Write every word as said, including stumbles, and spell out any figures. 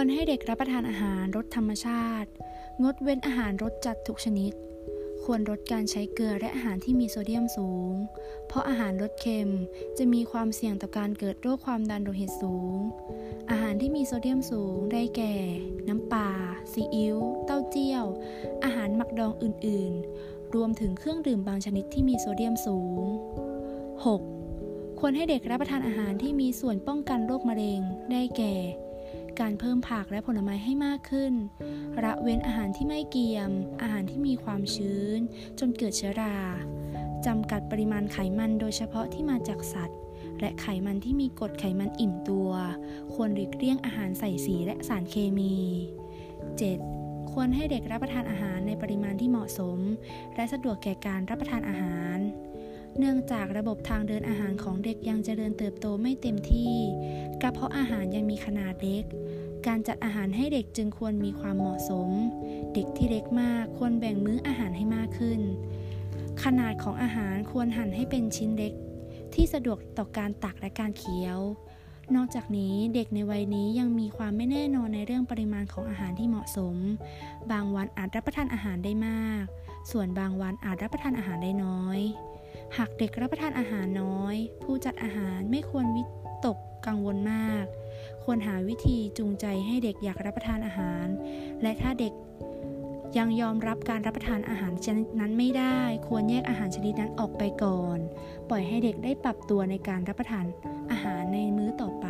รให้เด็กรับประทานอาหารรสธรรมชาติงดเว้นอาหารรสจัดทุกชนิดควรลดการใช้เกลือและอาหารที่มีโซเดียมสูงเพราะอาหารรสเค็มจะมีความเสี่ยงต่อการเกิดโรคความดันโลหิตสูงอาหารที่มีโซเดียมสูงได้แก่น้ำปลาซีอิ๊วเต้าเจี้ยวอาหารหมักดองอื่นๆรวมถึงเครื่องดื่มบางชนิดที่มีโซเดียมสูง หก. ควรให้เด็กรับประทานอาหารที่มีส่วนป้องกันโรคมะเร็งได้แก่การเพิ่มผักและผลไม้ให้มากขึ้นละเว้นอาหารที่ไม่เกรียมอาหารที่มีความชื้นจนเกิดเชื้อราจำกัดปริมาณไขมันโดยเฉพาะที่มาจากสัตว์และไขมันที่มีกรดไขมันอิ่มตัวควรหลีกเลี่ยงอาหารใส่สีและสารเคมี เจ็ด. ควรให้เด็กรับประทานอาหารในปริมาณที่เหมาะสมและสะดวกแก่การรับประทานอาหารเนื่องจากระบบทางเดินอาหารของเด็กยังเจริญเติบโตไม่เต็มที่กระเพาะอาหารยังมีขนาดเล็กการจัดอาหารให้เด็กจึงควรมีความเหมาะสมเด็กที่เล็กมากควรแบ่งมื้ออาหารให้มากขึ้นขนาดของอาหารควรหั่นให้เป็นชิ้นเล็กที่สะดวกต่อการตักและการเคี้ยวนอกจากนี้เด็กในวัยนี้ยังมีความไม่แน่นอนในเรื่องปริมาณของอาหารที่เหมาะสมบางวันอาจรับประทานอาหารได้มากส่วนบางวันอาจรับประทานอาหารได้น้อยหากเด็กรับประทานอาหารน้อยผู้จัดอาหารไม่ควรวิตกกังวลมากควรหาวิธีจูงใจให้เด็กอยากรับประทานอาหารและถ้าเด็กยังยอมรับการรับประทานอาหารชนิดนั้นไม่ได้ควรแยกอาหารชนิดนั้นออกไปก่อนปล่อยให้เด็กได้ปรับตัวในการรับประทานอาหารในมื้อต่อไป